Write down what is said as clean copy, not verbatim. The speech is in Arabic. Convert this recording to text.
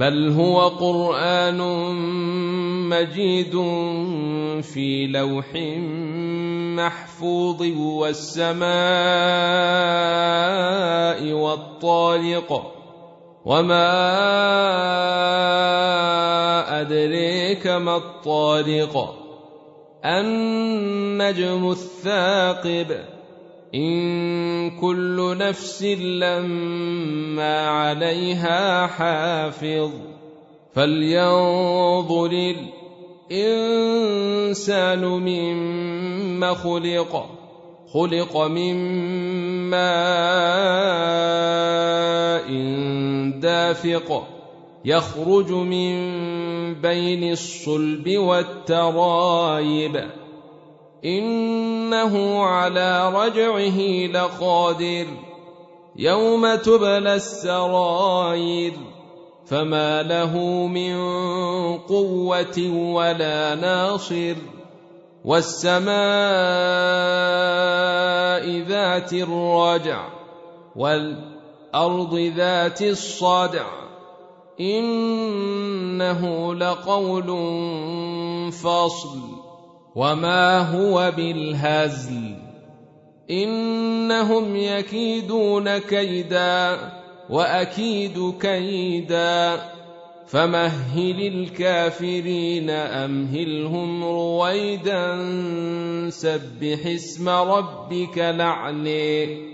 بل هو قرآن مجيد في لوح محفوظ والسماء والطارق وما أدريك ما الطارق النجم الثاقب إن كل نفس لما عليها حافظ فلينظر الإنسان مما خلق من ماء دافق يخرج من بين الصلب والترايب إنه على رجعه لقادر يوم تبلى السرائر فما له من قوة ولا ناصر والسماء ذات الرجع والأرض ذات الصدع إنه لقول فصل وما هو بالهزل إنهم يكيدون كيدا وأكيد كيدا فمهل الكافرين أمهلهم رويدا سبح اسم ربك الأعلى